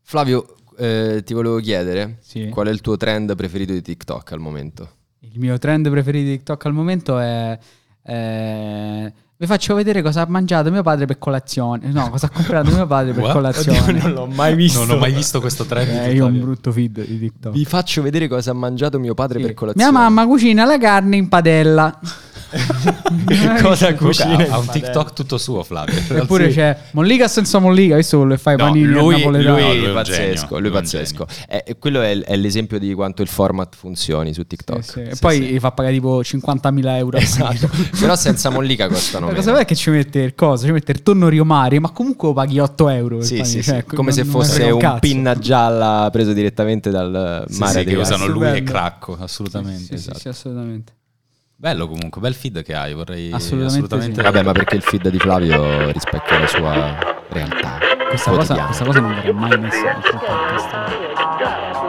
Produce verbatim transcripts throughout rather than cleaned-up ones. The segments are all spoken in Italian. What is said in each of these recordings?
Flavio, eh, ti volevo chiedere Sì. qual è il tuo trend preferito di TikTok al momento? Il mio trend preferito di TikTok al momento è... è... Vi faccio vedere cosa ha mangiato mio padre per colazione. No, cosa ha comprato mio padre per What? colazione. Oddio, non l'ho mai visto. Non ho mai visto questo trend. Eh, io ho un brutto feed di TikTok. Vi faccio vedere cosa ha mangiato mio padre Sì. per colazione. Mia mamma cucina la carne in padella. Cosa cucina? Ha, ha un TikTok tutto suo, Flavio. Eppure Sì. c'è Mollica senza Mollica, visto quello che fa i No, panini lui, napoletani. lui No, è lui è un pazzesco, genio, lui è lui è un pazzesco. Eh, e quello è, è l'esempio di quanto il format funzioni su TikTok. Sì, sì. E Sì, poi sì. gli fa pagare tipo cinquantamila euro. Esatto. Però senza Mollica costano La meno. cosa bella è che ci mette il coso, ci mette il tonno Rio Mare, ma comunque lo paghi otto euro. per Sì, panini, sì, cioè, sì. Come non- se non fosse frega un cazzo. pinna gialla preso direttamente dal Sì, mare sì, che Adriatico. usano lui Stupendo. e Cracco, assolutamente. Sì, sì, esatto. sì, assolutamente. Bello comunque, bel feed che hai, vorrei Assolutamente assolutamente... sì. Vabbè, ma perché il feed di Flavio rispecchia la sua realtà Questa cosa, quotidiana. questa cosa non verrà mai messa nel tuo podcast.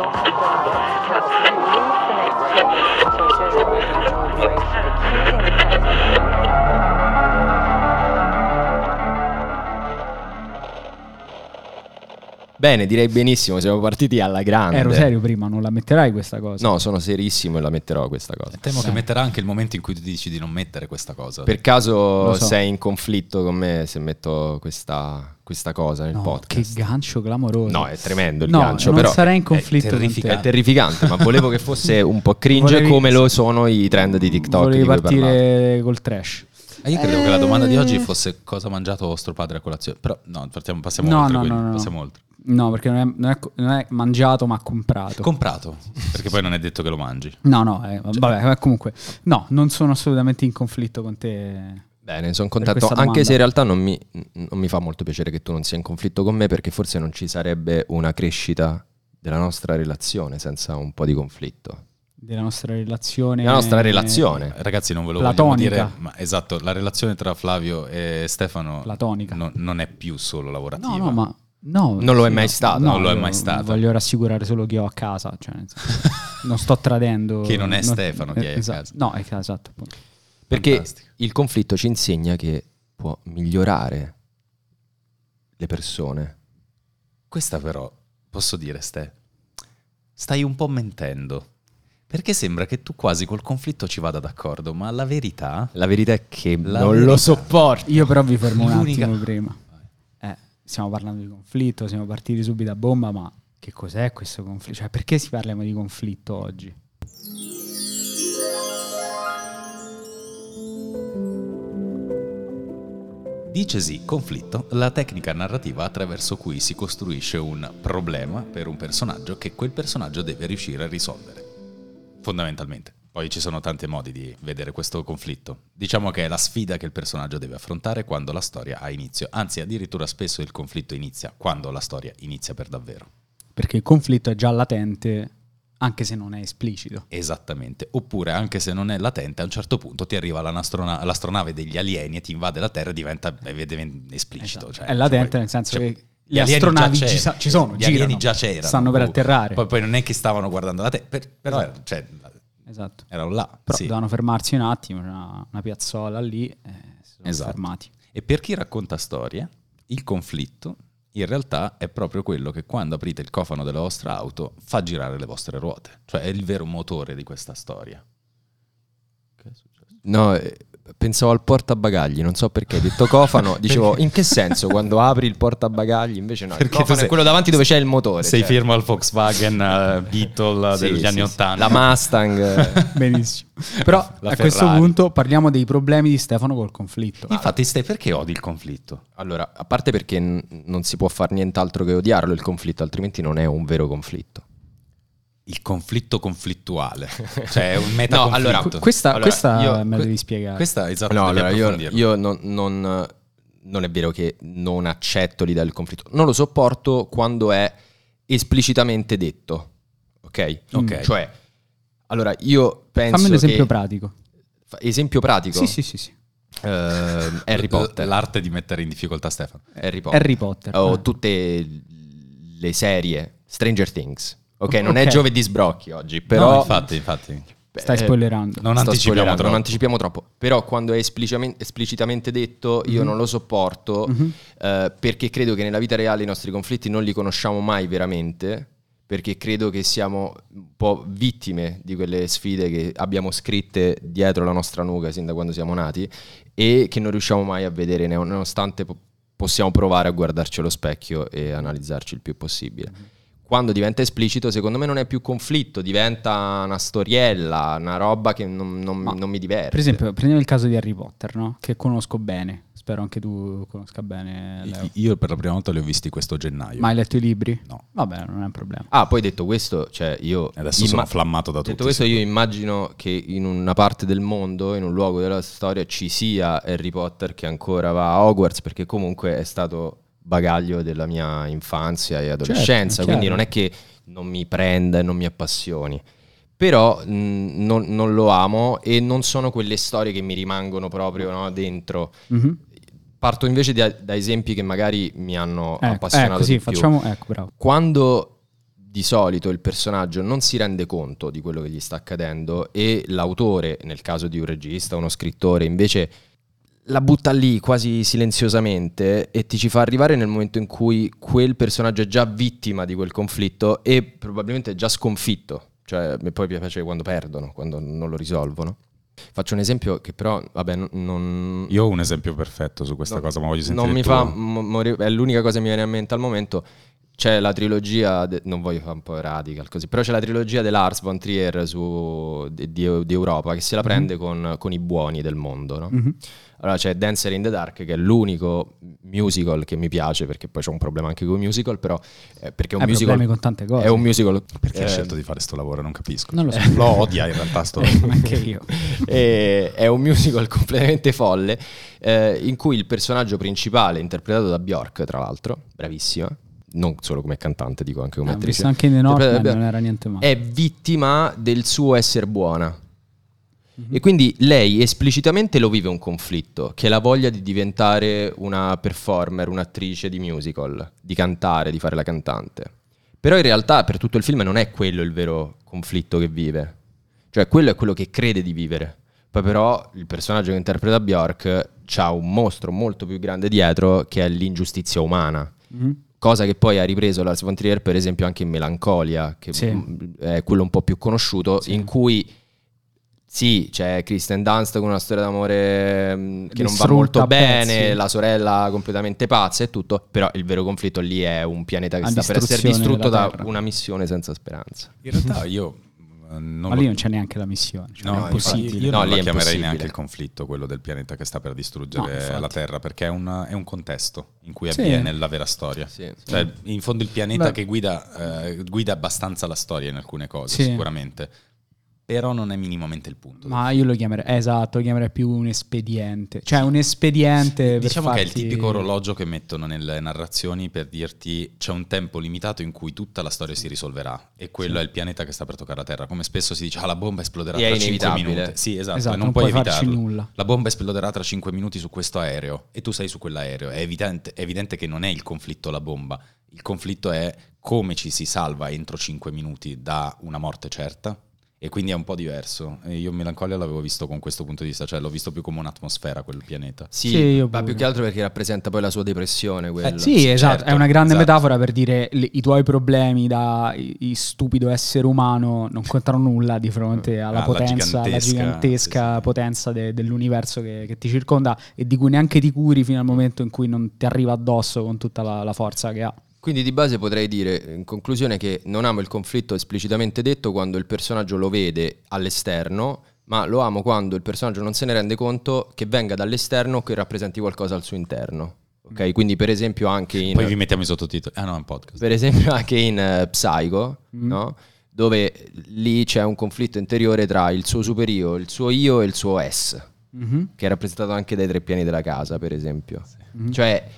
Bene, direi benissimo, siamo partiti alla grande. Ero serio prima, non la metterai questa cosa? No, sono serissimo e la metterò questa cosa. Temo che Sì. metterà anche il momento in cui tu dici di non mettere questa cosa. Per caso Lo so. sei in conflitto con me se metto questa, questa cosa nel No, podcast? che gancio clamoroso. No, è tremendo il No, gancio, non però sarei in è conflitto con te. terrificante. è terrificante, ma volevo che fosse un po' cringe Volevi- come lo sono i trend di TikTok Volevi di cui parlavo. partire col trash. Eh, io credevo che la domanda di oggi fosse cosa ha mangiato vostro padre a colazione. Però no, partiamo, passiamo No, oltre. no, quindi, no, no. passiamo oltre. No, perché non è, non è- non è mangiato, ma comprato. Comprato, perché poi non è detto che lo mangi. no, no, eh, vabbè, comunque. No, non sono assolutamente in conflitto con te. Bene, sono Per contento, questa anche domanda. se in realtà non mi, non mi fa molto piacere che tu non sia in conflitto con me, perché forse non ci sarebbe una crescita della nostra relazione senza un po' di conflitto. Della nostra relazione. La nostra relazione. Ragazzi, non ve lo Platonica. vogliamo dire, ma esatto, la relazione tra Flavio e Stefano Platonica. non, non è più solo lavorativa. No, no, ma. No, Non lo è sì, mai no. stato. No, Non lo è io mai stato. Voglio rassicurare solo chi ho a casa. Cioè, nel senso, non sto tradendo. Che non è Stefano chi hai a esatto. casa. No, è esatto. appunto. Perché Fantastico. il conflitto ci insegna che può migliorare le persone. Questa però, posso dire, Ste, stai un po' mentendo. Perché sembra che tu quasi col conflitto ci vada d'accordo, ma la verità... La verità è che La non verità. lo sopporto. Io però vi fermo un L'unica- attimo prima. Eh, stiamo parlando di conflitto, siamo partiti subito a bomba, ma che cos'è questo conflitto? Cioè, perché si parliamo di conflitto oggi? Dicesi conflitto, la tecnica narrativa attraverso cui si costruisce un problema per un personaggio che quel personaggio deve riuscire a risolvere. Fondamentalmente. Poi ci sono tanti modi di vedere questo conflitto. Diciamo che è la sfida che il personaggio deve affrontare quando la storia ha inizio. Anzi, addirittura spesso il conflitto inizia quando la storia inizia per davvero. Perché il conflitto è già latente, anche se non è esplicito. Esattamente. Oppure, anche se non è latente, a un certo punto ti arriva l'anastrona- l'astronave degli alieni e ti invade la Terra e diventa, e diventa esplicito. Esatto. Cioè, è latente cioè, nel senso cioè, che gli le alieni astronavi già ci, sa- ci sono, gli girano, alieni già c'erano. stanno per Uh, atterrare. Poi, poi non è che stavano guardando la Terra, per- però era- cioè, Esatto. erano là. Però sì. dovevano fermarsi un attimo, c'era una, una piazzola lì e si sono Esatto. fermati. E per chi racconta storie, il conflitto in realtà è proprio quello che quando aprite il cofano della vostra auto fa girare le vostre ruote. Cioè è il vero motore di questa storia. Che è successo? No, eh, pensavo al portabagagli, non so perché. Hai detto cofano, dicevo in che senso quando apri il portabagagli? Invece no, il Perché tu cofano è sei- quello davanti dove c'è il motore. Sei cioè. fermo al Volkswagen uh, Beetle Sì, degli sì, anni sì. ottanta. La Mustang. eh. Benissimo. Però La a questo Ferrari. punto parliamo dei problemi di Stefano col conflitto. Infatti stai perché odi il conflitto? Allora, a parte perché n- non si può fare nient'altro che odiarlo il conflitto, altrimenti non è un vero conflitto. Il conflitto conflittuale. Cioè è un meta No, conflitto. allora, Qu- questa Allora, questa io- me la que- devi spiegare. Questa esatto, No, devi allora io, approfondirlo. io non, non- non è vero che non accetto l'idea del conflitto, non lo sopporto quando è esplicitamente detto, ok? Ok. Cioè, allora io penso Fammi un esempio che... pratico. Fa- Esempio pratico? Sì, sì, sì, sì. Eh, Harry Potter. L'arte di mettere in difficoltà Stefano. Harry Potter. Harry Potter. O eh. tutte le serie Stranger Things. Ok, non è Ok. giovedì sbrocchi oggi, però... No, infatti, infatti. Stai spoilerando. Non Sto anticipiamo spoilerando, troppo. non anticipiamo troppo. Però quando è esplicitamente, esplicitamente detto, io Mhm. non lo sopporto, Mhm. eh, perché credo che nella vita reale i nostri conflitti non li conosciamo mai veramente, perché credo che siamo un po' vittime di quelle sfide che abbiamo scritte dietro la nostra nuca sin da quando siamo nati e che non riusciamo mai a vedere, nonostante po- possiamo provare a guardarci allo specchio e analizzarci il più possibile. Quando diventa esplicito, secondo me non è più conflitto, diventa una storiella, una roba che non, non- Ma, non mi diverte. Per esempio, prendiamo il caso di Harry Potter, no? Che conosco bene. Spero anche tu conosca bene, Leo. Io per la prima volta li ho visti questo gennaio. Ma hai letto i libri? No. Vabbè, non è un problema. Ah, poi detto questo, cioè io... E adesso sono flammato da tutti. Detto questo, io immagino che in una parte del mondo, in un luogo della storia, ci sia Harry Potter che ancora va a Hogwarts, perché comunque è stato bagaglio della mia infanzia e adolescenza, Certo, quindi chiaro. non è che non mi prenda e non mi appassioni. Però mh, non, non lo amo e non sono quelle storie che mi rimangono proprio, no, dentro. Mhm. Parto invece da, da esempi che magari mi hanno Ecco, appassionato ecco, sì, di più. facciamo... Ecco, bravo. Quando di solito il personaggio non si rende conto di quello che gli sta accadendo e l'autore, nel caso di un regista, uno scrittore, invece la butta lì quasi silenziosamente e ti ci fa arrivare nel momento in cui quel personaggio è già vittima di quel conflitto e probabilmente è già sconfitto. Cioè, mi poi piace quando perdono, quando non lo risolvono. Faccio un esempio che però, vabbè, non... non Io ho un esempio perfetto su questa no, cosa, ma voglio sentire non mi il fa tuo. mo- morire, è l'unica cosa che mi viene a mente al momento. C'è la trilogia, de- non voglio fare un po' radical così, però c'è la trilogia dell'Ars von Trier su, di, di- di Europa che se la prende con, con i buoni del mondo, no? Mhm. Allora c'è Dancer in the Dark, che è l'unico musical che mi piace, perché poi c'è un problema anche con i musical, però eh, perché è un Hai musical, problemi con tante cose. è un musical Perché eh, hai scelto di fare sto lavoro? Non capisco. Non lo so. Lo odia in realtà sto lavoro. Anche io. E è un musical completamente folle, eh, in cui il personaggio principale, interpretato da Bjork, tra l'altro, bravissima, non solo come cantante, dico anche come Ah, ho attrice, visto anche in The interpretata Northman, da Bjork, non era niente male. è vittima del suo essere buona. Mhm. E quindi lei esplicitamente lo vive un conflitto, che è la voglia di diventare una performer, un'attrice di musical, di cantare, di fare la cantante. Però in realtà per tutto il film non è quello il vero conflitto che vive. Cioè quello è quello che crede di vivere. Poi però il personaggio che interpreta Bjork c'ha un mostro molto più grande dietro, che è l'ingiustizia umana. Mhm. Cosa che poi ha ripreso Lars von Trier per esempio anche in Melancolia, che Sì. mh, è quello un po' più conosciuto, Sì. in cui sì, c'è Kristen Dunst con una storia d'amore mh, che non va Distrutta molto a bene, pezzi. la sorella completamente pazza e tutto, però il vero conflitto lì è un pianeta che La sta per essere distruzione distrutto della da Terra. una missione senza speranza. In realtà io eh, non Ma lo- lì non c'è neanche la missione. Cioè No, è No, infatti impossibile. io No, non lì la è chiamerei impossibile. neanche il conflitto, quello del pianeta che sta per distruggere No, infatti. la Terra, perché è un, è un contesto in cui Sì. avviene la vera storia. Sì. Cioè, in fondo il pianeta Beh. che guida, eh, guida abbastanza la storia in alcune cose, Sì. sicuramente. Però non è minimamente il punto. Ma io lo chiamerei, esatto, lo chiamerei più un espediente. Cioè un espediente per Diciamo che è il farti- tipico orologio che mettono nelle narrazioni per dirti c'è un tempo limitato in cui tutta la storia si risolverà e quello Sì. è il pianeta che sta per toccare la Terra. Come spesso si dice, ah, la bomba esploderà E è tra cinque inevitabile. minuti. Sì, esatto, Esatto, e non, non puoi puoi farci evitarlo. nulla. La bomba esploderà tra cinque minuti su questo aereo e tu sei su quell'aereo. È evidente, è evidente che non è il conflitto la bomba. Il conflitto è come ci si salva entro cinque minuti da una morte certa. E quindi è un po' diverso. E io Melancolia l'avevo visto con questo punto di vista, cioè l'ho visto più come un'atmosfera quel pianeta. Sì, Sì, io ma pure. più che altro perché rappresenta poi la sua depressione quello. Eh, sì, esatto, certo, è una grande esatto. metafora per dire le- i tuoi problemi da i- i stupido essere umano non contano nulla di fronte alla Alla potenza, alla gigantesca, gigantesca sì, sì. potenza de- dell'universo che, che ti circonda e di cui neanche ti curi fino al momento in cui non ti arriva addosso con tutta la, la forza che ha. Quindi di base potrei dire in conclusione che non amo il conflitto esplicitamente detto quando il personaggio lo vede all'esterno, ma lo amo quando il personaggio non se ne rende conto che venga dall'esterno o che rappresenti qualcosa al suo interno. Ok, quindi per esempio anche in Poi vi mettiamo i sottotitoli. Ah no, è un podcast. per esempio anche in eh, Psycho, Mm. no? Dove lì c'è un conflitto interiore tra il suo superio, il suo io e il suo S, Mhm. che è rappresentato anche dai tre piani della casa, per esempio. Mhm. Cioè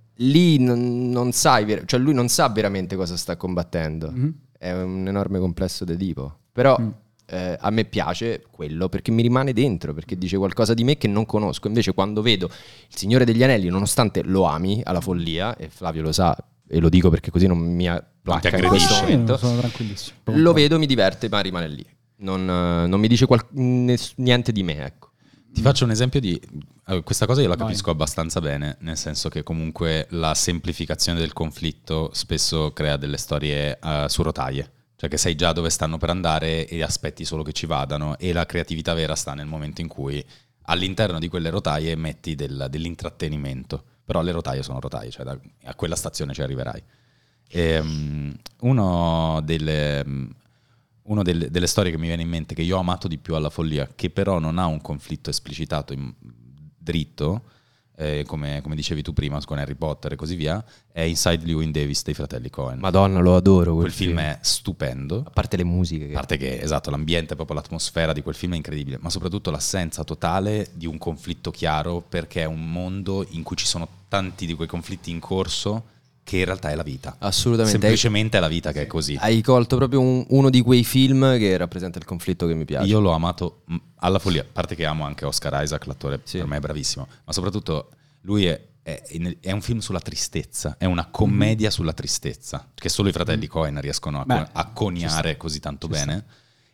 lì non, non sai, ver- cioè lui non sa veramente cosa sta combattendo. Mhm. È un enorme complesso di tipo. Però Mm. eh, a me piace quello perché mi rimane dentro, perché dice qualcosa di me che non conosco. Invece quando vedo Il Signore degli Anelli, nonostante lo ami alla follia, e Flavio lo sa, e lo dico perché così non mi Non ti placca in aggredisce. questo Sì, momento, sono tranquillissimo. lo vedo, mi diverte, ma rimane lì. Non, non mi dice qual- niente di me, ecco. Ti faccio un esempio di... Questa cosa io la Vai. capisco abbastanza bene, nel senso che comunque la semplificazione del conflitto spesso crea delle storie uh, su rotaie, cioè che sai già dove stanno per andare e aspetti solo che ci vadano, e la creatività vera sta nel momento in cui all'interno di quelle rotaie metti del, dell'intrattenimento, però le rotaie sono rotaie, cioè da, a quella stazione ci arriverai. E, um, uno delle... Una delle, delle storie che mi viene in mente, che io ho amato di più alla follia, che però non ha un conflitto esplicitato in, dritto, eh, come, come dicevi tu prima con Harry Potter e così via, è Inside Llewyn Davis dei fratelli Coen. Madonna, lo adoro quel, quel film. film è stupendo. A parte le musiche. Che... A parte che, esatto, l'ambiente, proprio l'atmosfera di quel film è incredibile, ma soprattutto l'assenza totale di un conflitto chiaro, perché è un mondo in cui ci sono tanti di quei conflitti in corso che in realtà è la vita. Assolutamente. Semplicemente è la vita che è così. Hai colto proprio un, uno di quei film che rappresenta il conflitto che mi piace. Io l'ho amato alla follia, a parte che amo anche Oscar Isaac, l'attore, sì. Per me è bravissimo, ma soprattutto lui è, è, è un film sulla tristezza, è una commedia mm. sulla tristezza, che solo i fratelli mm. Coen riescono a, Beh, a coniare così tanto bene,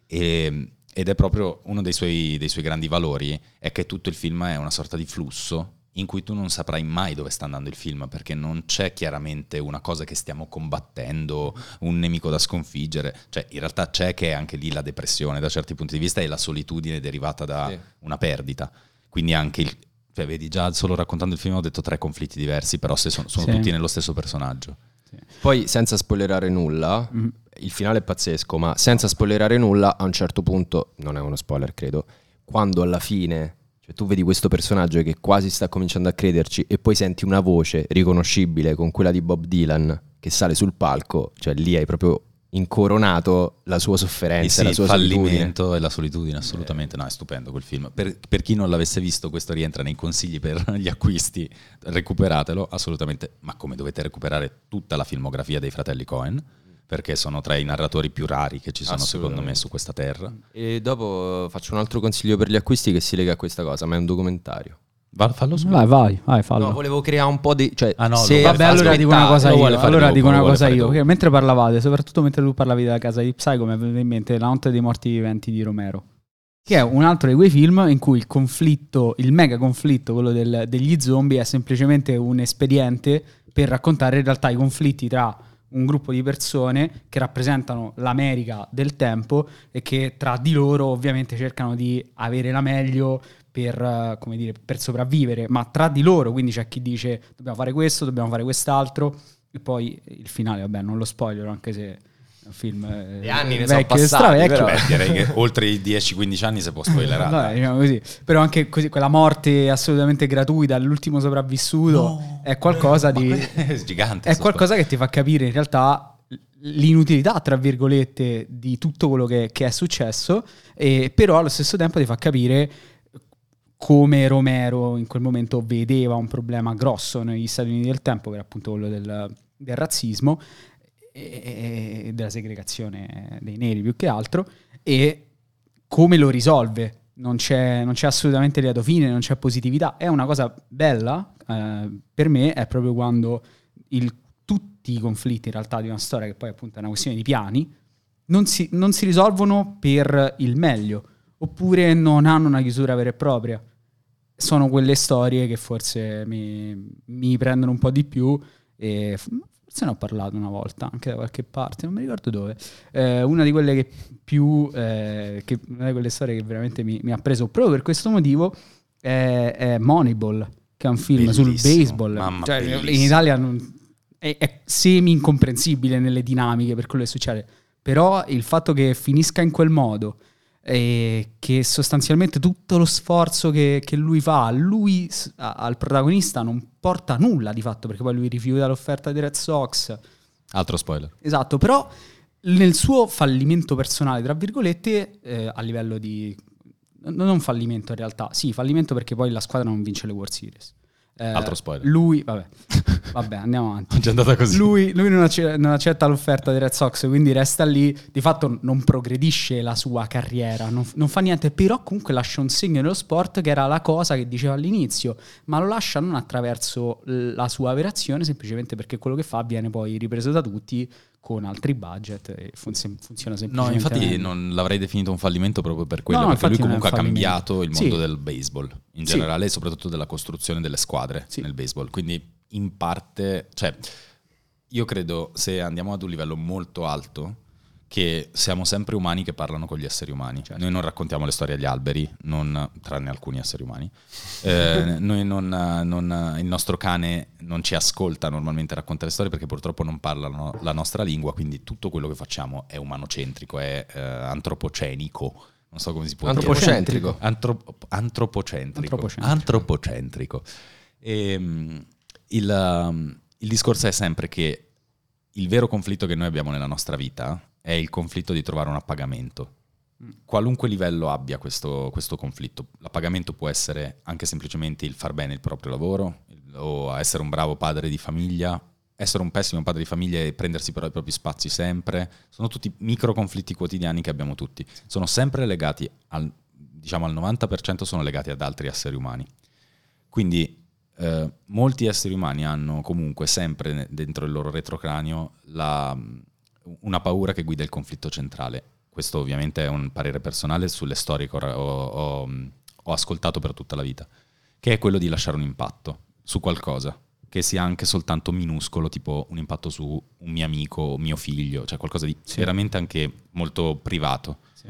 e, ed è proprio uno dei suoi, dei suoi grandi valori, è che tutto il film è una sorta di flusso in cui tu non saprai mai dove sta andando il film, perché non c'è chiaramente una cosa che stiamo combattendo, un nemico da sconfiggere, cioè in realtà c'è, che è anche lì la depressione da certi punti di vista e la solitudine derivata da sì. una perdita, quindi anche il, cioè vedi, già solo raccontando il film ho detto tre conflitti diversi, però se sono, sono sì. tutti nello stesso personaggio. Sì. Poi senza spoilerare nulla, mm. il finale è pazzesco, ma senza spoilerare nulla, a un certo punto, non è uno spoiler credo, quando alla fine tu vedi questo personaggio che quasi sta cominciando a crederci e poi senti una voce riconoscibile con quella di Bob Dylan che sale sul palco, cioè lì hai proprio incoronato la sua sofferenza, sì, la sua il fallimento solitudine. E la solitudine, assolutamente. No, è stupendo quel film. Per, per chi non l'avesse visto, questo rientra nei consigli per gli acquisti, recuperatelo assolutamente, ma come dovete recuperare tutta la filmografia dei fratelli Coen, perché sono tra i narratori più rari che ci sono secondo me su questa terra. E dopo faccio un altro consiglio per gli acquisti che si lega a questa cosa, ma è un documentario. Va, fallo su. Vai, vai, vai, fallo. No, volevo creare un po' di... Cioè, ah no, se vabbè, allora dico una cosa io. Allora dopo, dico una cosa io. dopo. Perché mentre parlavate, soprattutto mentre tu parlavi della casa di Psycho, mi è venuto in mente La notte dei morti viventi di Romero, che è un altro di quei film in cui il conflitto, il mega conflitto, quello del, degli zombie, è semplicemente un espediente per raccontare in realtà i conflitti tra un gruppo di persone che rappresentano l'America del tempo e che tra di loro ovviamente cercano di avere la meglio per, come dire, per sopravvivere, ma tra di loro, quindi c'è chi dice dobbiamo fare questo, dobbiamo fare quest'altro, e poi il finale, vabbè, non lo spoiler, anche se è un film eh, anni ne vecchio, sono passati, però. Beh, direi che oltre i dieci quindici anni si può spoilerare. Vabbè, diciamo così. Però anche così, quella morte assolutamente gratuita, l'ultimo sopravvissuto, no, è qualcosa di è gigante, è qualcosa che ti fa capire in realtà l'inutilità, tra virgolette, di tutto quello che, che è successo, e però allo stesso tempo ti fa capire come Romero in quel momento vedeva un problema grosso negli Stati Uniti del tempo, che era appunto quello del, del razzismo e della segregazione dei neri più che altro, e come lo risolve. Non c'è, non c'è assolutamente lieto fine, non c'è positività. È una cosa bella, eh, per me è proprio quando il, tutti i conflitti in realtà di una storia, che poi appunto è una questione di piani, non si, non si risolvono per il meglio, oppure non hanno una chiusura vera e propria. Sono quelle storie che forse mi, mi prendono un po' di più, e forse ne ho parlato una volta anche da qualche parte, non mi ricordo dove. Eh, una di quelle che più eh, che, una di quelle storie che veramente mi, mi ha preso proprio per questo motivo è, è Moneyball, che è un film bellissimo, sul baseball. Mamma, cioè, in Italia non, è, è semi incomprensibile nelle dinamiche per quello che succede, però il fatto che finisca in quel modo, e che sostanzialmente tutto lo sforzo che, che lui fa, lui a, al protagonista non porta nulla di fatto, perché poi lui rifiuta l'offerta dei Red Sox. Altro spoiler. Esatto, però nel suo fallimento personale, tra virgolette, eh, a livello di... non fallimento in realtà, sì, fallimento perché poi la squadra non vince le World Series. Eh, Altro spoiler. Lui, vabbè, vabbè, andiamo avanti. È già andata così. Lui, lui non, accetta, non accetta l'offerta dei Red Sox, quindi resta lì. Di fatto non progredisce la sua carriera, non, non fa niente, però comunque lascia un segno nello sport, che era la cosa che diceva all'inizio, ma lo lascia non attraverso la sua vera azione, semplicemente perché quello che fa viene poi ripreso da tutti con altri budget e funziona, funziona No, semplicemente. infatti non l'avrei definito un fallimento proprio per quello, No, no, perché lui infatti non è comunque ha un cambiato il mondo Sì. del baseball in Sì. generale e soprattutto della costruzione delle squadre Sì. nel baseball. Quindi in parte, cioè io credo, se andiamo ad un livello molto alto, che siamo sempre umani che parlano con gli esseri umani. Certo. Noi non raccontiamo le storie agli alberi, non, tranne alcuni esseri umani. Eh, noi non, non, il nostro cane non ci ascolta normalmente racconta le storie perché purtroppo non parlano la nostra lingua, quindi tutto quello che facciamo è umanocentrico, è eh, antropocenico. Non so come si può Antropocentrico. dire. Antrop- antropocentrico. Antropocentrico. Antropocentrico. E, um, il, um, il discorso è sempre che il vero conflitto che noi abbiamo nella nostra vita è il conflitto di trovare un appagamento. Qualunque livello abbia questo, questo conflitto. L'appagamento può essere anche semplicemente il far bene il proprio lavoro, o essere un bravo padre di famiglia, essere un pessimo padre di famiglia e prendersi però i propri spazi sempre. Sono tutti micro conflitti quotidiani che abbiamo tutti. Sono sempre legati, al, diciamo al novanta per cento sono legati ad altri esseri umani. Quindi eh, molti esseri umani hanno comunque sempre dentro il loro retrocranio la... una paura che guida il conflitto centrale. Questo ovviamente è un parere personale sulle storie che ho, ho, ho ascoltato per tutta la vita, che è quello di lasciare un impatto su qualcosa, che sia anche soltanto minuscolo, tipo un impatto su un mio amico, mio figlio, cioè qualcosa di Sì. veramente anche molto privato. Sì.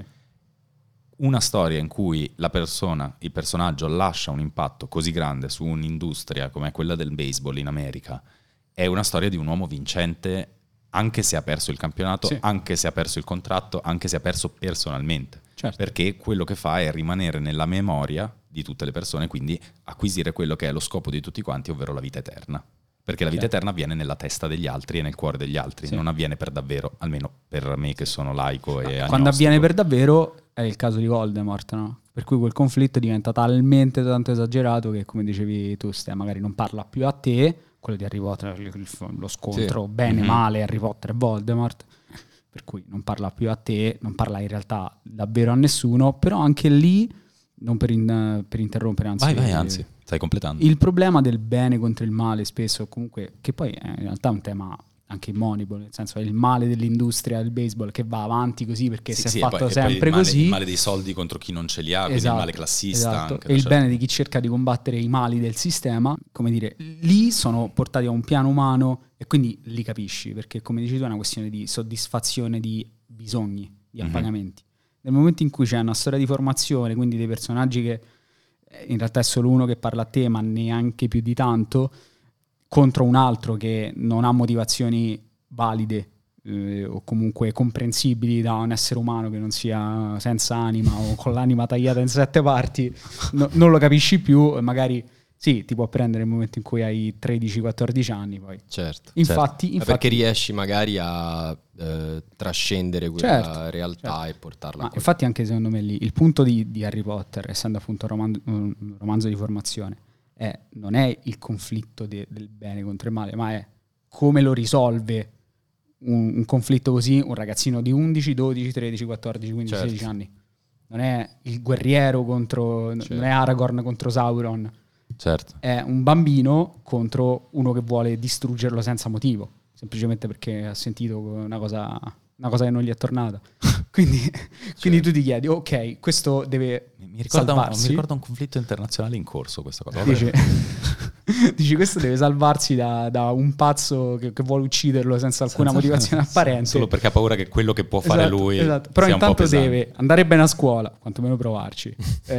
Una storia in cui la persona, il personaggio lascia un impatto così grande su un'industria come quella del baseball in America, è una storia di un uomo vincente, anche se ha perso il campionato, Sì. anche se ha perso il contratto, anche se ha perso personalmente. Certo. Perché quello che fa è rimanere nella memoria di tutte le persone, quindi acquisire quello che è lo scopo di tutti quanti, ovvero la vita eterna. Perché la vita Certo. eterna avviene nella testa degli altri e nel cuore degli altri, Sì. non avviene per davvero, almeno per me che sono laico e agnostico. Quando avviene per davvero è il caso di Voldemort, no? Per cui quel conflitto diventa talmente tanto esagerato che, come dicevi tu, Stea, magari non parla più a te, quello di Harry Potter, il- lo scontro Sì. bene Mhm. male Harry Potter e Voldemort, per cui non parla più a te, non parla in realtà davvero a nessuno, però anche lì, non per, in- per interrompere, anzi, Vai, vai, anzi, stai completando. il problema del bene contro il male spesso, comunque, che poi è in realtà un tema anche in Moneyball, nel senso è il male dell'industria del baseball che va avanti così perché Sì, si è sì, e fatto poi- e poi sempre il male, così. il male dei soldi contro chi non ce li ha, quindi il male classista esatto. anche, E il certo. bene di chi cerca di combattere i mali del sistema, come dire, lì sono portati a un piano umano e quindi li capisci, perché come dici tu è una questione di soddisfazione di bisogni, di Mhm. appagamenti. Nel momento in cui c'è una storia di formazione, quindi dei personaggi che eh, in realtà è solo uno che parla a te, ma neanche più di tanto, contro un altro che non ha motivazioni valide eh, o comunque comprensibili da un essere umano che non sia senza anima o con l'anima tagliata in sette parti, no- non lo capisci più e magari sì, ti può prendere il momento in cui hai tredici quattordici anni poi. Certo. Infatti, Ma infatti perché riesci magari a eh, trascendere quella Certo, realtà certo. e portarla Ma a infatti anche secondo me lì il punto di, di Harry Potter, essendo appunto un romanzo, un romanzo di formazione, è, non è il conflitto de- del bene contro il male, ma è come lo risolve un, un conflitto così un ragazzino di undici, dodici, tredici, quattordici, quindici, Certo. sedici anni. Non è il guerriero contro, Certo. non è Aragorn contro Sauron, Certo. è un bambino contro uno che vuole distruggerlo senza motivo, semplicemente perché ha sentito una cosa, una cosa che non gli è tornata. Quindi, quindi tu ti chiedi, ok, questo deve Mi mi ricorda, un, salvarsi. mi ricorda un conflitto internazionale in corso questa cosa. Dici, dici, questo deve salvarsi da, da un pazzo che, che vuole ucciderlo senza alcuna Senza- motivazione apparente. Solo perché ha paura che quello che può fare Esatto, lui esatto. Però sia un po' intanto pesante. deve andare bene a scuola, quantomeno provarci,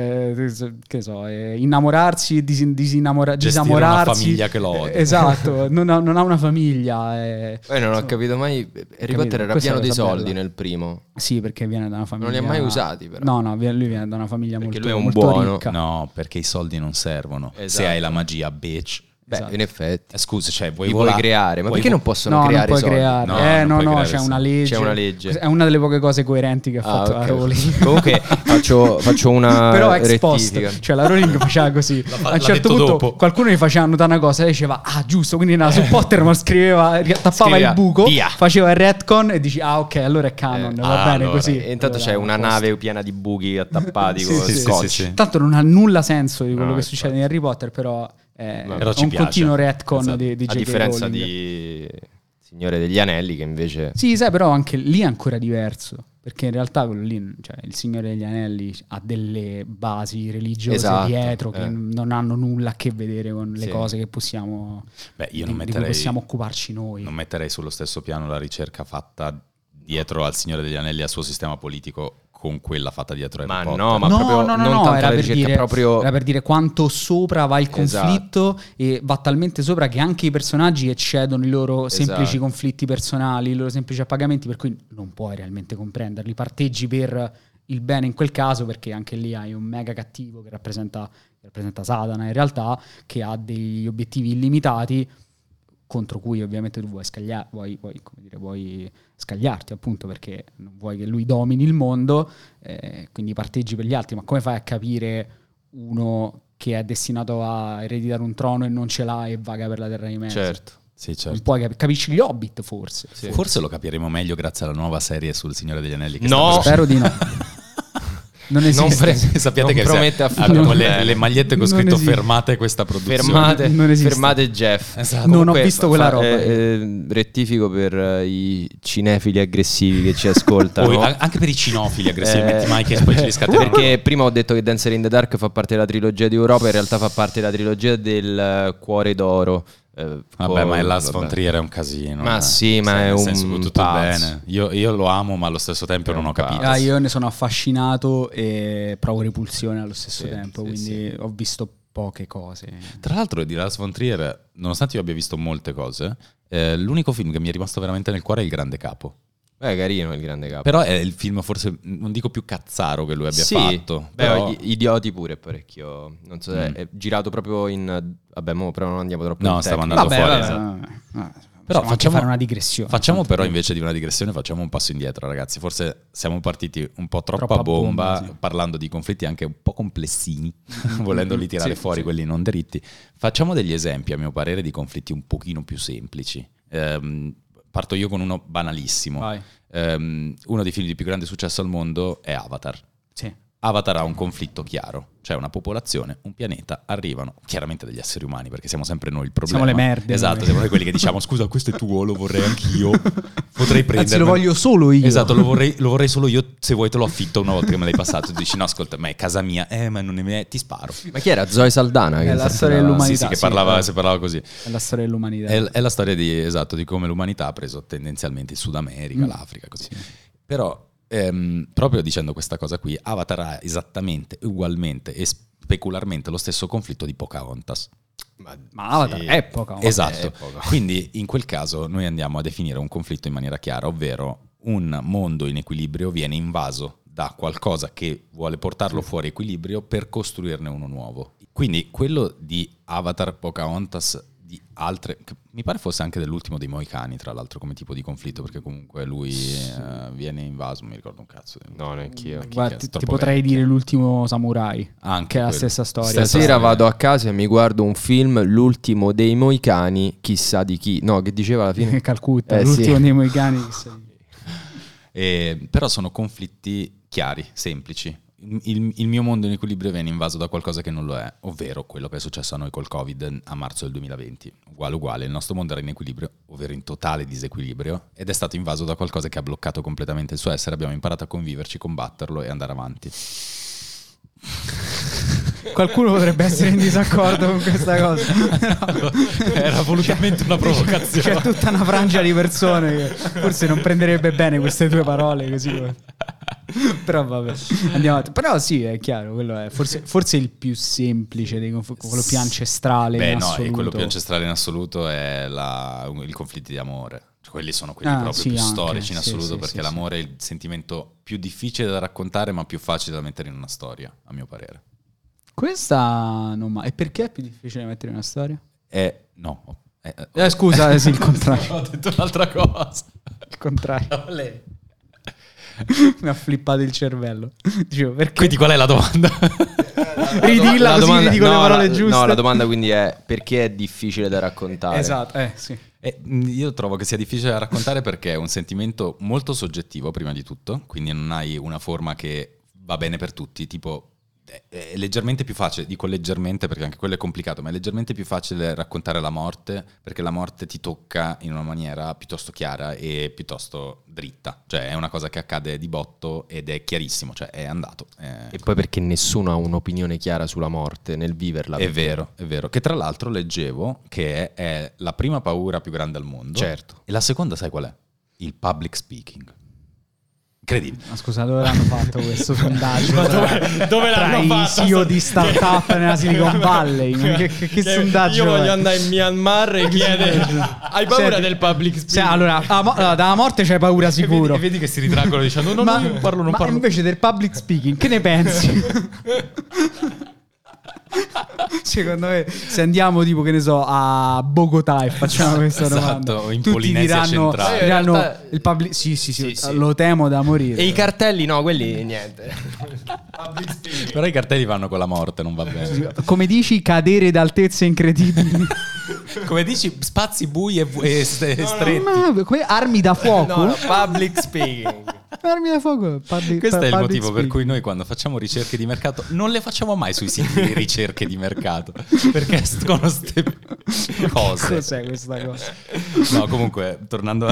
eh, che so, eh, innamorarsi, disin- disinnamora- Gestire disamorarsi. una famiglia che lo odia. Eh, esatto, non ha, non ha una famiglia. eh. Poi non ho Insomma, capito mai. Harry capito, Potter era questa pieno è la dei cosa soldi bella. nel primo. Sì, perché viene da una famiglia. Non li ha mai usati, però. No, no, viene- lui viene da una famiglia Perché molto, lui è un molto buono. ricca. No, perché i soldi non servono. Se Esatto. hai la magia, bitch. Beh, Esatto. in effetti. Eh, scusa, cioè, vuoi Li puoi volare- creare, ma vuoi perché vo- non possono No, non creare puoi soldi? creare. No, eh, non no, puoi no, creare c'è soldi. una legge. C'è una legge. È una delle poche cose coerenti che ha Ah, fatto ok. la Rowling. Comunque faccio, faccio una Però ex post, rettifica. cioè la Rowling faceva così. fa- A l'ha un certo detto punto dopo. qualcuno gli faceva notare una cosa e lei diceva ah giusto, quindi andava su Pottermore, scriveva, ri- tappava Scriveva, il buco, via. faceva il retcon e dici ah ok, allora è canon, Eh, va ah, bene allora. così. E intanto Allora, c'è una a posto. nave piena di buchi attappati Sì, con sì, sì, scotch. sì, sì. Tanto non ha nulla senso di quello No, che infatti. succede in Harry Potter, però è, Però è ci un piace. continuo retcon Esatto. di, di A J K differenza Rowling. di... Signore degli Anelli, che invece... Sì, sai, però anche lì è ancora diverso, perché in realtà quello lì, cioè il Signore degli Anelli ha delle basi religiose Esatto, dietro che eh. non hanno nulla a che vedere con le Sì. cose che possiamo, Beh, io di, non di cui metterei, possiamo occuparci noi. non metterei sullo stesso piano la ricerca fatta dietro al Signore degli Anelli e al suo sistema politico con quella fatta dietro Harry Ma Potter. no, ma no, proprio no, no, non no, tanto era la per, ricerca, dire, proprio... era per dire quanto sopra va il Esatto. conflitto e va talmente sopra che anche i personaggi eccedono i loro semplici Esatto. conflitti personali, i loro semplici appagamenti, per cui non puoi realmente comprenderli. Parteggi per il bene in quel caso, perché anche lì hai un mega cattivo che rappresenta, che rappresenta Satana in realtà, che ha degli obiettivi illimitati contro cui ovviamente tu vuoi scagliare, vuoi, vuoi, come dire, vuoi scagliarti, appunto, perché non vuoi che lui domini il mondo, eh, quindi parteggi per gli altri. Ma come fai a capire uno che è destinato a ereditare un trono e non ce l'ha e vaga per la terra di mezzo? Certo. Sì, Non certo. puoi cap- capisci gli Hobbit, forse. Sì. Forse lo capiremo meglio grazie alla nuova serie sul Signore degli Anelli. Che No! sta per Spero di no. Non esiste. Non pre- Sappiate non che promette se- affatto abbiamo le, bene. le magliette con Non scritto esiste. fermate questa produzione. Fermate, Non esiste. fermate Jeff. Esatto. Non ho Comunque, visto quella roba. eh, eh, rettifico per eh, i cinefili aggressivi che ci ascoltano. Poi, a- anche per i cinofili aggressivi, Eh, metti mai che poi ce li scattano. perché prima ho detto che Dancer in the Dark fa parte della trilogia di Europa, in realtà fa parte della trilogia del eh, Cuore d'Oro. Eh, Vabbè, con- ma è Lars vabbè. von Trier è un casino. Ma eh. sì, ma Cioè, è nel un senso, tutto pazzo. bene. Io, io lo amo, ma allo stesso tempo È non un ho capito. pazzo. Ah, io ne sono affascinato e provo repulsione allo stesso Sì, tempo, sì, quindi sì. ho visto poche cose. Tra l'altro di Lars von Trier, nonostante io abbia visto molte cose, eh, l'unico film che mi è rimasto veramente nel cuore è Il Grande Capo. È carino il Grande Capo. Però è il film forse, non dico più cazzaro che lui abbia sì, fatto. beh, però- I- Idioti pure è parecchio. Non so, se Mm. è girato proprio in... Vabbè, mo però non andiamo troppo No, in stavo tecnica. andando Vabbè, fuori, vabbè, esatto. vabbè, vabbè. Però Possiamo anche facciamo, fare una digressione. facciamo tanto però per- invece di una digressione facciamo un passo indietro, ragazzi. Forse siamo partiti un po' troppo Troppo a a bomba, bomba, sì. parlando di conflitti anche un po' complessini, volendoli tirare Sì, fuori sì. quelli non dritti. Facciamo degli esempi, a mio parere, di conflitti un pochino più semplici. Ehm, parto io con uno banalissimo. Vai. Ehm, uno dei film di più grande successo al mondo è Avatar. Sì. Avatar ha un conflitto chiaro, cioè una popolazione, un pianeta, arrivano chiaramente degli esseri umani, perché siamo sempre noi il problema. Siamo le merde, Esatto, noi. siamo noi quelli che diciamo scusa, questo è tuo, lo vorrei anch'io, potrei prenderlo. Anzi, lo voglio solo io. Esatto, lo vorrei, lo vorrei solo io, se vuoi te lo affitto una volta che me l'hai passato. Tu dici no, ascolta, ma è casa mia, eh ma non è mia, ti sparo. Ma chi era? Zoe Saldana? È che la sempre storia era- dell'umanità. Sì, sì, che sì, parlava, eh. se parlava così. È la storia dell'umanità. È, è la storia di, esatto, di come l'umanità ha preso tendenzialmente il Sud America, Mm. l'Africa, così. Però, ehm, proprio dicendo questa cosa qui, Avatar ha esattamente, ugualmente e specularmente lo stesso conflitto di Pocahontas. Ma, Ma Avatar sì. è poca. Esatto. è poco. Quindi in quel caso noi andiamo a definire un conflitto in maniera chiara, ovvero un mondo in equilibrio viene invaso da qualcosa che vuole portarlo fuori equilibrio per costruirne uno nuovo. Quindi quello di Avatar, Pocahontas, di altre, che mi pare fosse anche dell'ultimo dei Moicani, tra l'altro, come tipo di conflitto, perché comunque lui eh, viene invaso, non mi ricordo un cazzo. No, neanch'io. Ma chi Guarda, cazzo, ti, ti troppo potrei vecchio. dire l'ultimo samurai, Anche che è la quello. stessa storia. Stessa Stasera storia. vado a casa e mi guardo un film, L'ultimo dei Moicani, chissà di chi. No, che diceva alla fine? Calcutta, Eh, l'ultimo sì. dei Moicani. chissà di chi. Eh, però sono conflitti chiari, semplici. Il, il- il mio mondo in equilibrio viene invaso da qualcosa che non lo è, ovvero quello che è successo a noi col Covid a marzo del duemilaventi. Uguale, uguale, il nostro mondo era in equilibrio, ovvero in totale disequilibrio, ed è stato invaso da qualcosa che ha bloccato completamente il suo essere. Abbiamo imparato a conviverci, combatterlo e andare avanti. Qualcuno potrebbe essere in disaccordo con questa cosa. Però- Era volutamente una provocazione. C'è tutta una frangia di persone che forse non prenderebbe bene queste due parole così. come- Però vabbè, andiamo avanti. Però sì, è chiaro, quello è forse, forse il più semplice, dei conf- quello più ancestrale Beh in no, e assoluto. quello più ancestrale in assoluto è la, i conflitti di amore. Cioè, quelli sono quelli Ah, proprio sì, più anche. storici in Sì, assoluto, sì, perché sì, l'amore è il sentimento più difficile da raccontare ma più facile da mettere in una storia, a mio parere. Questa non ma... E perché è più difficile mettere in una storia? È no. È, Eh, scusa, eh, sì, il contrario. ho detto un'altra cosa. Il contrario. Mi ha flippato il cervello. Dicevo, perché? Quindi qual è la domanda? Ridilla così, domanda, ridico le no, parole la- giuste. No, la domanda quindi è perché è difficile da raccontare? Esatto, eh, sì. Eh, io trovo che sia difficile da raccontare perché è un sentimento molto soggettivo, prima di tutto, quindi non hai una forma che va bene per tutti, tipo è leggermente più facile, dico leggermente perché anche quello è complicato, ma è leggermente più facile raccontare la morte perché la morte ti tocca in una maniera piuttosto chiara e piuttosto dritta, cioè è una cosa che accade di botto ed è chiarissimo, cioè è andato. È... E poi perché nessuno ha un'opinione chiara sulla morte nel viverla. È vero, è vero, che tra l'altro leggevo che è la prima paura più grande al mondo. Certo. E la seconda sai qual è? Il public speaking. Incredibile. Ma scusa, dove l'hanno fatto questo sondaggio? dove, dove l'hanno tra fatto? i C E O di startup nella Silicon Valley. Che, che, che sondaggio? Io voglio è? andare in Myanmar e chiedere: hai paura Senti, del public Sì, speaking? allora, ah, mo- allora, dalla morte c'hai paura sicuro. E vedi, e vedi che si ritraggono dicendo no, no, ma, non parlo, non ma parlo. invece del public speaking, che ne pensi? Secondo me, se andiamo tipo, che ne so, a Bogotà e facciamo questa Esatto, domanda, o in tutti Polinesia diranno, centrale. diranno In realtà- il public, sì, sì, sì, Sì, sì. lo temo da morire. E i cartelli, no, quelli niente. Però i cartelli vanno con la morte, non va bene. Come dici, cadere da altezze incredibili. Come dici, spazi bui e, e st- stretti. Ma come armi da fuoco? No, no, public speaking. Armi da fuoco. Public, Questo è il public motivo per speaking. cui noi quando facciamo ricerche di mercato non le facciamo mai sui siti di ricerche di mercato, perché escono queste cose. Cos'è questa cosa? No, comunque, tornando,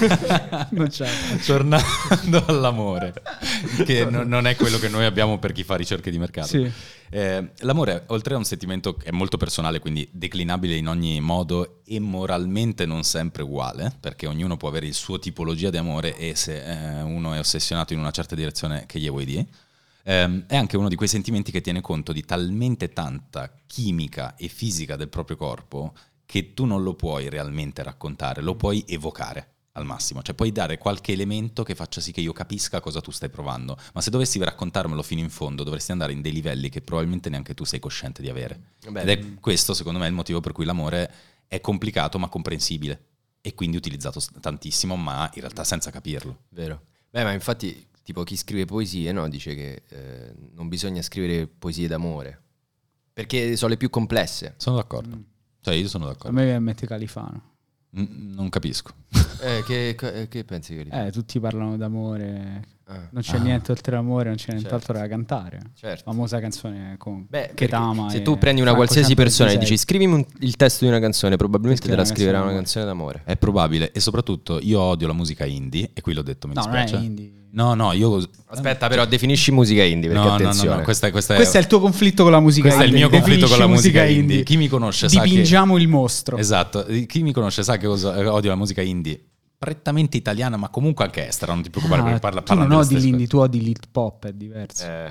a... Non c'è. tornando all'amore, che no- non è quello che noi abbiamo per chi fa ricerche di mercato. Sì. Eh, l'amore, oltre a un sentimento che è molto personale, quindi declinabile in ogni modo e moralmente non sempre uguale, perché ognuno può avere il suo tipologia di amore e se eh, uno è ossessionato in una certa direzione, che gli vuoi dire, ehm, è anche uno di quei sentimenti che tiene conto di talmente tanta chimica e fisica del proprio corpo che tu non lo puoi realmente raccontare, lo puoi evocare al massimo, cioè puoi dare qualche elemento che faccia sì che io capisca cosa tu stai provando, ma se dovessi raccontarmelo fino in fondo dovresti andare in dei livelli che probabilmente neanche tu sei cosciente di avere. Beh, Ed è questo secondo me il motivo per cui l'amore è complicato ma comprensibile e quindi utilizzato s- tantissimo, ma in realtà senza capirlo. Vero. Beh, ma infatti, tipo, chi scrive poesie, no? Dice che eh, non bisogna scrivere poesie d'amore, perché sono le più complesse. Sono d'accordo, cioè io sono A d'accordo. me viene mette Califano. N- non capisco. Eh, che, che- che pensi che li Eh, tutti parlano d'amore. Ah. Non c'è Ah. niente oltre l'amore, non c'è Certo. nient'altro da cantare. Certo. Famosa canzone con Beh, Ketama. perché se e tu prendi una Franco qualsiasi persona e centoventisei. dici scrivimi un- il testo di una canzone, probabilmente te Scrive la una scriverà canzone una d'amore. canzone d'amore. È probabile e soprattutto io odio la musica indie e qui l'ho detto, mi No, non è dispiace. indie. No, no, io Aspetta, però definisci musica indie, perché no, no, no, attenzione. no, questa, questa è Questo è il tuo conflitto con la musica Questo è il indie. mio conflitto con la Definisci musica indie. Chi mi conosce sa che Dipingiamo il mostro. Esatto, chi mi conosce sa che uso- odio la musica indie prettamente italiana, ma comunque anche estera, non ti preoccupare Ah, perché parla, tu parla non delle odi stesse l'indie, tu odi l'hip hop, è diverso. Eh,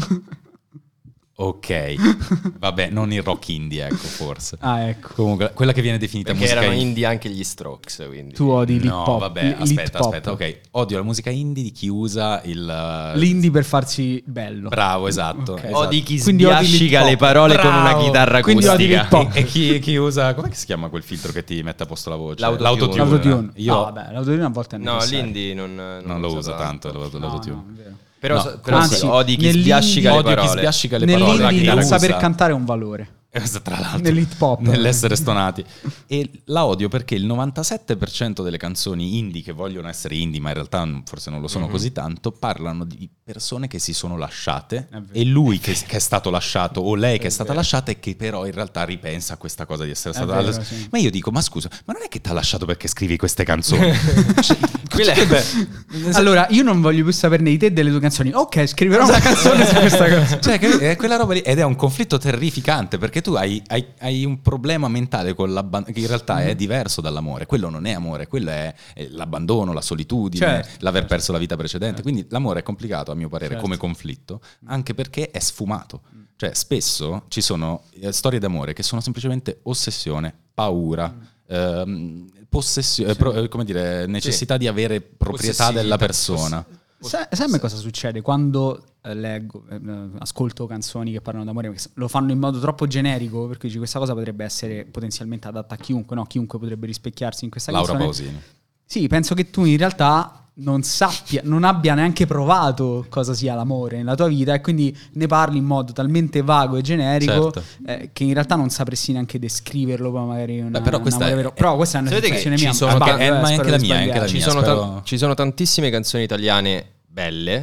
Ok, vabbè, non il rock indie, ecco, forse. Ah, ecco. Comunque, quella che viene definita perché musica erano indie. indie anche gli Strokes, quindi. Tu odi l'hip No, hop. vabbè, l'hip aspetta, hop. aspetta, ok. Odio la musica indie di chi usa il... L'indie per farsi bello. Bravo, esatto. Ok. esatto. Odi chi Quindi odi sbiascica l'hip hop. le parole con una Bravo. chitarra Quindi odi acustica. l'hip hop. E chi, chi usa... Com'è che si chiama quel filtro che ti mette a posto la voce? L'autotune. L'autotune. Io No, vabbè, l'autotune a volte è No, necessario. l'indie non, non, non lo uso tanto, l'aut- No, l'autotune. no, è vero. Però, No, so- però anzi, sì, odi chi nell'indie- sbiascica le Odio chi parole. sbiascica le parole. Nell'indie la non chitarra saper usa. cantare è un valore. Esatto, tra l'altro, Nell'hip hop. nell'essere stonati. E la odio perché il novantasette per cento delle canzoni indie che vogliono essere indie, ma in realtà forse non lo sono Mhm. così tanto, parlano di persone che si sono lasciate È vero. e lui che, che è stato lasciato o lei che è stata vero. lasciata e che però in realtà ripensa a questa cosa di essere È stata vero, lasciata. sì. Ma io dico, ma scusa, ma non è che ti ha lasciato perché scrivi queste canzoni? Cioè, Quella è- Allora, io non voglio più saperne di te e delle tue canzoni. Ok, scriverò una canzone su questa cosa. Cioè, che- è quella roba lì, ed è un conflitto terrificante perché tu hai, hai- hai un problema mentale con l'abbandono che in realtà è diverso dall'amore. Quello non è amore, quello è, è l'abbandono, la solitudine, Certo, l'aver certo. perso la vita precedente. Quindi l'amore è complicato, a mio parere, Certo. come conflitto, anche perché è sfumato. Cioè, spesso ci sono eh, storie d'amore che sono semplicemente ossessione, paura. ehm, possessio- eh, pro- eh, come dire, necessità di avere proprietà Possessività, della persona. Sai, sai a me cosa succede quando eh, leggo, eh, ascolto canzoni che parlano d'amore, che lo fanno in modo troppo generico, per cui dici, questa cosa potrebbe essere potenzialmente adatta a chiunque, no? Chiunque potrebbe rispecchiarsi in questa Laura canzone. Pausini. Sì, penso che tu in realtà non sappia, non abbia neanche provato cosa sia l'amore nella tua vita e quindi ne parli in modo talmente vago e generico Certo. eh, che in realtà non sapresti neanche descriverlo, poi magari una, Beh, però un questa amore è- vero. Però questa è una Sapete che sensazione ci mia. sono- Sbaglio, che- eh, eh, ma è spero anche la di mia, è anche sbagliare. la Ci mia. sono, spero- ta- ci sono tantissime canzoni italiane belle,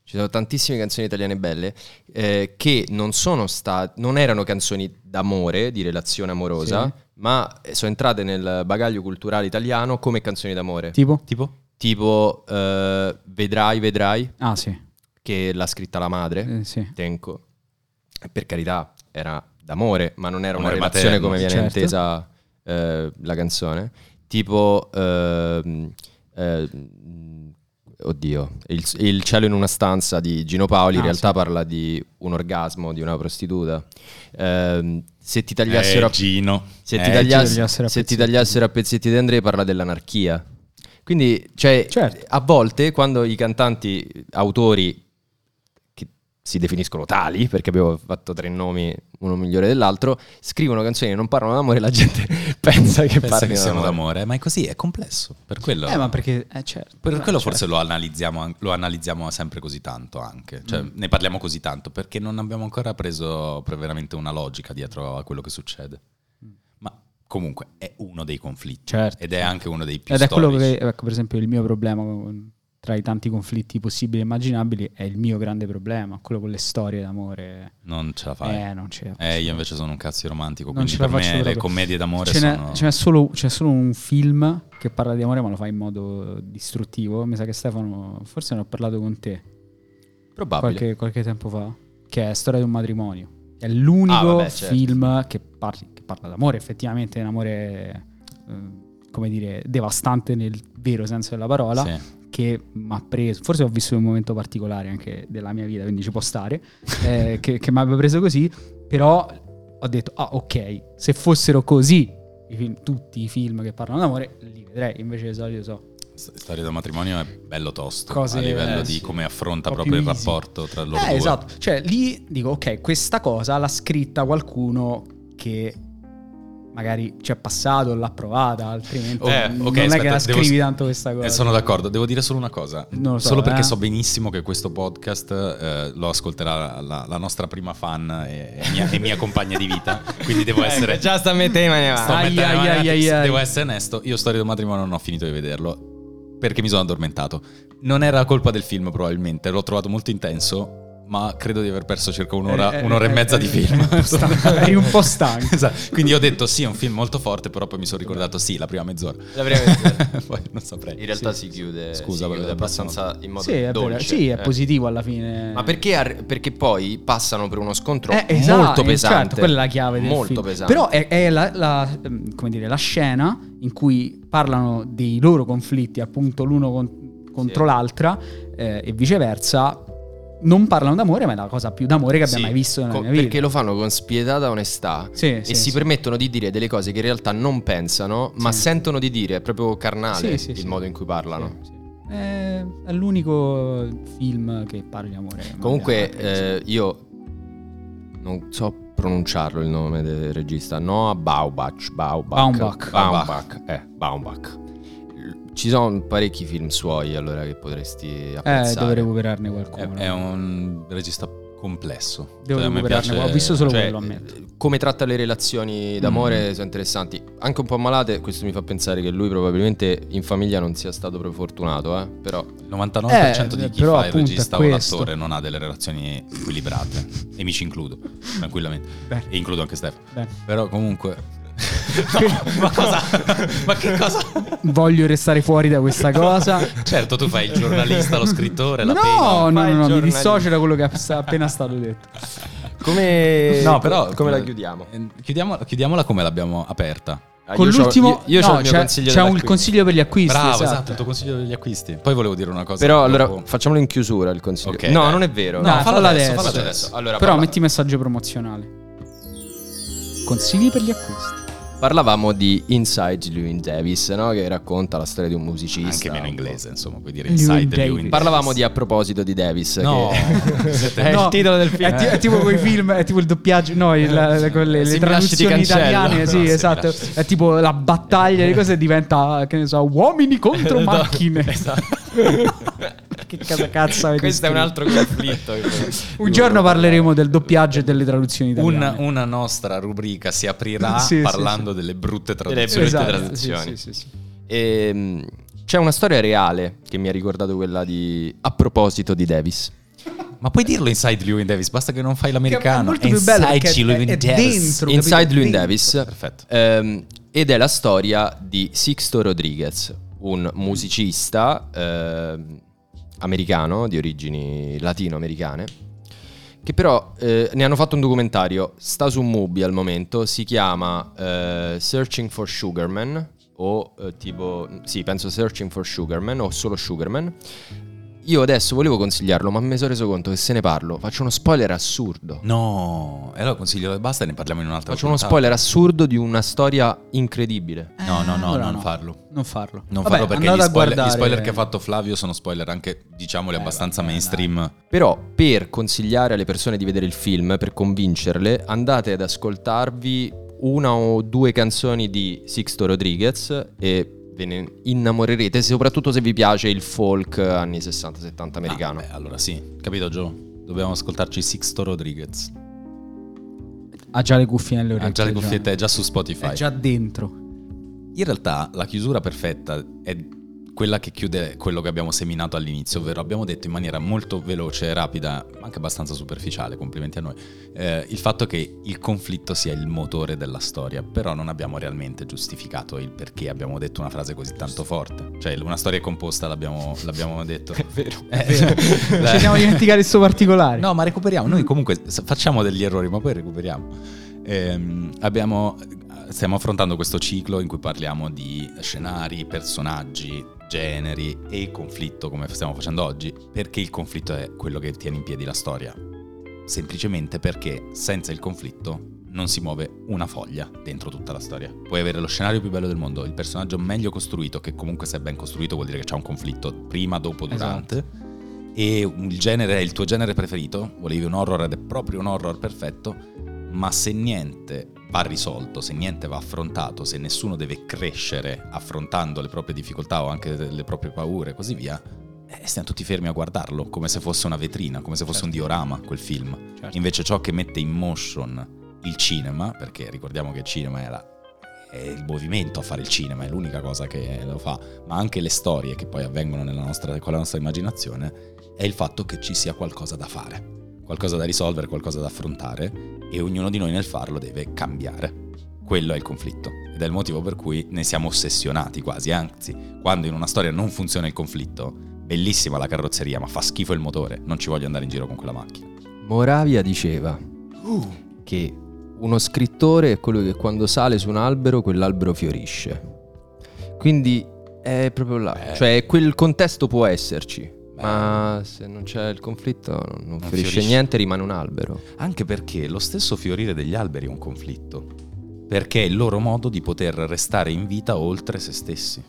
Ci sono tantissime canzoni italiane belle eh, che non sono state, non erano canzoni d'amore, di relazione amorosa, Sì. ma sono entrate nel bagaglio culturale italiano come canzoni d'amore. Tipo? Tipo? Tipo eh, Vedrai, vedrai, Ah, sì. che l'ha scritta la madre, Eh, sì. Tenco. Per carità, era d'amore, ma non era Amore una relazione materno, come viene certo. intesa eh, la canzone. Tipo, ehm, eh, oddio, il, il cielo in una stanza di Gino Paoli in Ah, realtà sì. parla di un orgasmo di una prostituta. Ehm, se ti tagliassero, Eh, a, Gino. se Eh, ti tagliass- ci tagliassero a se ti pezzetti. tagliassero a pezzetti di Andrea parla dell'anarchia. Quindi, cioè, Certo. a volte quando i cantanti, autori che si definiscono tali, perché abbiamo fatto tre nomi, uno migliore dell'altro, scrivono canzoni che non parlano d'amore, la gente pensa che Pensa parlino che siano d'amore. d'amore, ma è così, è complesso. Per quello, Eh, ma perché... Eh, certo. per quello Eh, forse certo. lo analizziamo, an- lo analizziamo sempre così tanto anche. Cioè, ne parliamo così tanto perché non abbiamo ancora preso per veramente una logica dietro a quello che succede. Ma comunque è uno dei conflitti. Certo. Ed è anche uno dei più Ed è quello storici. che, ecco, per esempio, il mio problema con- tra i tanti conflitti possibili e immaginabili è il mio grande problema, quello con le storie d'amore. Non ce la fai. Eh, non ce la faccio. Eh, io invece sono un cazzo di romantico, Non quindi ce la per me faccio le proprio. commedie d'amore Ce n'è, sono... ce n'è solo, c'è solo un film che parla di amore, ma lo fa in modo distruttivo. Mi sa che Stefano, forse ne ho parlato con te Probabile. qualche, qualche tempo fa, che è Storia di un matrimonio. È l'unico Ah, vabbè, certo. film che, parli- che parla d'amore, effettivamente è un amore, eh, come dire, devastante nel vero senso della parola. Sì. Che mi ha preso, forse ho vissuto un momento particolare anche della mia vita, quindi ci può stare, eh, che, che mi abbia preso così, però ho detto, ah ok, se fossero così i film- tutti i film che parlano d'amore, li vedrei, invece di solito so. S- Storia del matrimonio è bello tosto Cose- a livello eh, di sì. come affronta Un po' proprio il più easy. rapporto tra loro Eh, due. esatto, cioè lì dico, ok, questa cosa l'ha scritta qualcuno che magari ci è passato, l'ha provata, altrimenti Eh, non ok, è aspetta, che la devo- scrivi tanto questa cosa. Eh, sono d'accordo, devo dire solo una cosa. Non lo so, solo perché eh. so benissimo che questo podcast eh, lo ascolterà la, la nostra prima fan e, e mia, e mia compagna di vita. Quindi devo essere. Già sta mettendo le mani sto avanti. Ai, mettendo le ai, mani ai, avanti. ai, ai. Devo essere onesto. Io Storia del matrimonio non ho finito di vederlo perché mi sono addormentato. Non era colpa del film, probabilmente. L'ho trovato molto intenso. Ma credo di aver perso circa un'ora, Eh, eh, un'ora e eh, mezza eh, di film. Eri un po' stanco. Esatto. Quindi ho detto sì, è un film molto forte, però poi mi sono ricordato sì, la prima mezz'ora. La prima mezz'ora. Poi non saprei. In realtà si chiude, Scusa, si chiude per- abbastanza in modo Sì, è, vero. dolce. Sì, è eh. positivo alla fine. Ma perché, ar- perché poi passano per uno scontro Eh, esatto, molto eh, pesante. certo, quella è la chiave del Molto film. pesante. Però è, è la, la, ehm, come dire, la scena in cui parlano dei loro conflitti, appunto l'uno con- contro Sì. l'altra eh, e viceversa. Non parlano d'amore, ma è la cosa più d'amore che abbia Sì, mai visto nella co- mia vita. perché lo fanno con spietata onestà Sì, e sì, si sì. permettono di dire delle cose che in realtà non pensano, ma Sì. sentono di dire, è proprio carnale Sì, sì, il sì. modo in cui parlano. Sì, sì. È, è l'unico film che parla di amore. che Comunque mi abbia preso. eh, io non so pronunciarlo il nome del regista, Noah Baumbach, Baumbach, Baumbach. Baumbach, eh, Baumbach. Ci sono parecchi film suoi allora che potresti eh, apprezzare. devo recuperarne È, qualcuno. è un regista complesso. Devo Cioè, a me recuperarne, piace- ho visto solo Cioè, quello, ammetto. eh, come tratta le relazioni d'amore Mm. sono interessanti, anche un po' malate. Questo mi fa pensare che lui probabilmente in famiglia non sia stato proprio fortunato, eh? Però Il novantanove per cento Eh, di chi però fa il appunto è regista o questo. l'attore non ha delle relazioni equilibrate. E mi ci includo, tranquillamente. Bene. E includo anche Stefano. Bene. Però comunque... ma cosa? Ma che cosa? Voglio restare fuori da questa cosa. Certo, tu fai il giornalista, lo scrittore, la no, pena. no, no, fai il no, mi giornalista. dissocio da quello che è appena stato detto. come, No, però... come la chiudiamo? Eh, Chiudiamola, chiudiamola come l'abbiamo aperta. Ah, Con io c'ho- l'ultimo, io, io c'ho no, il mio c'è, consiglio c'è un dell'acquisto. consiglio per gli acquisti. Bravo, esatto. esatto, il tuo consiglio degli acquisti. Poi volevo dire una cosa. Però allora dopo. facciamolo in chiusura il consiglio. Ok, no, dai. non è vero. No, No, fallo adesso. fallo Faccio adesso. Allora, Però parla- metti messaggio promozionale. Consigli per gli acquisti. parlavamo di Inside Llewyn Davis, no? Che racconta la storia di un musicista. Anche meno un po'. inglese, insomma, puoi dire Llewyn Inside Davis. Llewyn Parlavamo di A proposito di Davis. No, che- siete- È No, il titolo del film. È, ti- è tipo quei film, è tipo il doppiaggio, no, il- la- con le, le Se mi lasci ti traduzioni cancello. italiane, sì, No, se mi esatto. lasci. È tipo la battaglia di cose diventa, che ne so, uomini contro macchine. Che cosa cazzo avete Questo è un scritto? altro conflitto. Un giorno parleremo del doppiaggio e delle traduzioni italiane. una, una nostra rubrica si aprirà Sì, sì, parlando delle brutte Delle traduzioni. brutte Esatto, traduzioni. sì, sì, sì, sì. Ehm, c'è una storia reale che mi ha ricordato quella di A proposito di Davis. Ma puoi dirlo Inside Llewyn Davis, basta che non fai l'americano. Che è molto più bello Inside perché è- Llewyn è Davis. dentro. Inside capito? Llewyn Dentro. Davis. Perfetto. Ehm, ed è la storia di Sixto Rodriguez, un musicista ehm, americano di origini latinoamericane, che però eh, ne hanno fatto un documentario, sta su Mubi al momento, si chiama eh, Searching for Sugarman o eh, tipo, sì, penso Searching for Sugarman o solo Sugarman. Io adesso volevo consigliarlo, ma mi sono reso conto che se ne parlo faccio uno spoiler assurdo. No, e allora consiglio che basta e ne parliamo in un'altra Faccio uno puntata. spoiler assurdo di una storia incredibile. No, no, no, Allora non no. farlo. Non farlo. Non Vabbè, farlo perché andate gli a spoiler, guardare- gli spoiler che ha fatto Flavio sono spoiler anche, diciamoli, Eh, abbastanza vabbè, mainstream. Però per consigliare alle persone di vedere il film, per convincerle, andate ad ascoltarvi una o due canzoni di Sixto Rodriguez e ve ne innamorerete, soprattutto se vi piace il folk anni sessanta settanta americano. Ah, beh, allora sì, capito Joe? Dobbiamo ascoltarci Sixto Rodriguez. Ha già le cuffie nelle orecchie. Ha già le cuffiette, è già su Spotify. È già dentro. In realtà la chiusura perfetta è quella che chiude quello che abbiamo seminato all'inizio, ovvero abbiamo detto in maniera molto veloce e rapida, anche abbastanza superficiale, complimenti a noi, eh, il fatto che il conflitto sia il motore della storia, però non abbiamo realmente giustificato il perché abbiamo detto una frase così tanto forte. Cioè una storia è composta, l'abbiamo, l'abbiamo detto. È vero. Ci siamo dimenticati questo particolare. No, ma recuperiamo. Noi comunque s- facciamo degli errori, ma poi recuperiamo. Ehm, abbiamo, stiamo affrontando questo ciclo in cui parliamo di scenari, personaggi, generi e il conflitto, come stiamo facendo oggi, perché il conflitto è quello che tiene in piedi la storia. Semplicemente perché senza il conflitto non si muove una foglia dentro tutta la storia. Puoi avere lo scenario più bello del mondo, il personaggio meglio costruito, che comunque se è ben costruito vuol dire che c'è un conflitto prima, dopo, durante. Esatto. E il genere è il tuo genere preferito, volevi un horror ed è proprio un horror perfetto, ma se niente va risolto, se niente va affrontato, se nessuno deve crescere affrontando le proprie difficoltà o anche le proprie paure e così via, eh, stiamo tutti fermi a guardarlo come se fosse una vetrina, come se fosse un diorama quel film. Certo. Invece ciò che mette in motion il cinema, perché ricordiamo che il cinema era è il movimento a fare il cinema, è l'unica cosa che lo fa, ma anche le storie che poi avvengono nella nostra, con la nostra immaginazione, è il fatto che ci sia qualcosa da fare, qualcosa da risolvere, qualcosa da affrontare, e ognuno di noi nel farlo deve cambiare. Quello è il conflitto ed è il motivo per cui ne siamo ossessionati quasi, anzi, quando in una storia non funziona il conflitto, bellissima la carrozzeria, ma fa schifo il motore, non ci voglio andare in giro con quella macchina. Moravia diceva che uno scrittore è quello che quando sale su un albero quell'albero fiorisce. Quindi è proprio là, Eh. cioè quel contesto può esserci, ma se non c'è il conflitto non, non fiorisce fiorisce. niente, rimane un albero. Anche perché lo stesso fiorire degli alberi è un conflitto, perché è il loro modo di poter restare in vita oltre se stessi.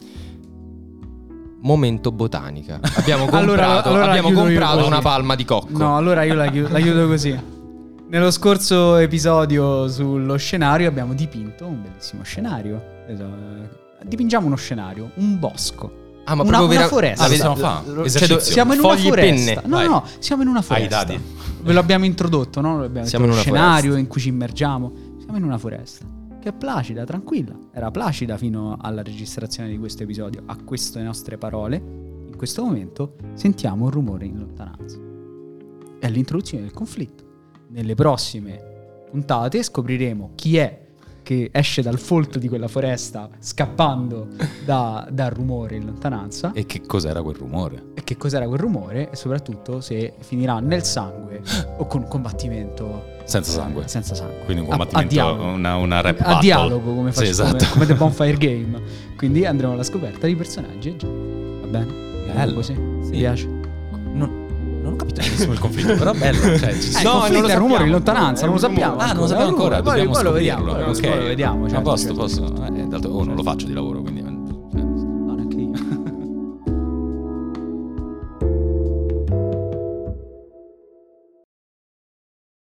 Momento botanica. Abbiamo comprato, Allora- allora abbiamo chiudo io comprato così. una palma di cocco. No, allora io la chiudo, la chiudo così. Nello scorso episodio sullo scenario abbiamo dipinto un bellissimo scenario. Esatto. Dipingiamo uno scenario, un bosco. Ah, ma Una- proprio una vera- foresta. Ah, Lo vedi- possiamo fare? cioè, Esercizio. do- Siamo in una fogli e foresta. penne. No, Vai. no, siamo in una Hai i foresta. dadi. Ve lo abbiamo introdotto, no? Lo abbiamo Siamo detto, in un una scenario foresta. in cui ci immergiamo. Siamo in una foresta che è placida, tranquilla. Era placida fino alla registrazione di questo episodio. A queste nostre parole, in questo momento, sentiamo un rumore in lontananza. È l'introduzione del conflitto. Nelle prossime puntate scopriremo chi è che esce dal folto di quella foresta scappando da- dal rumore in lontananza E che cos'era quel rumore? e che cos'era quel rumore e soprattutto se finirà nel sangue o con un combattimento Senza sangue. eh, senza sangue. Quindi un A- a combattimento, dialogo. una, una rap A battle. dialogo come, Sì, faccio, come- esatto. come The Bonfire Game. Quindi andremo alla scoperta di personaggi e giochi. Va bene? Bello. Così? Sì. Ti piace? Non, non ho capito benissimo il conflitto, però bello. Cioè, ci Eh, No, il conflitto non lo è il rumore sappiamo. in lontananza, È non lo un sappiamo. rumore. Ah, non lo sappiamo ancora, Poi- dobbiamo poi lo vediamo, scoprirlo. poi lo Ok. vediamo. A certo, posto, certo. posso. Eh, d'altro- oh, non lo faccio di lavoro.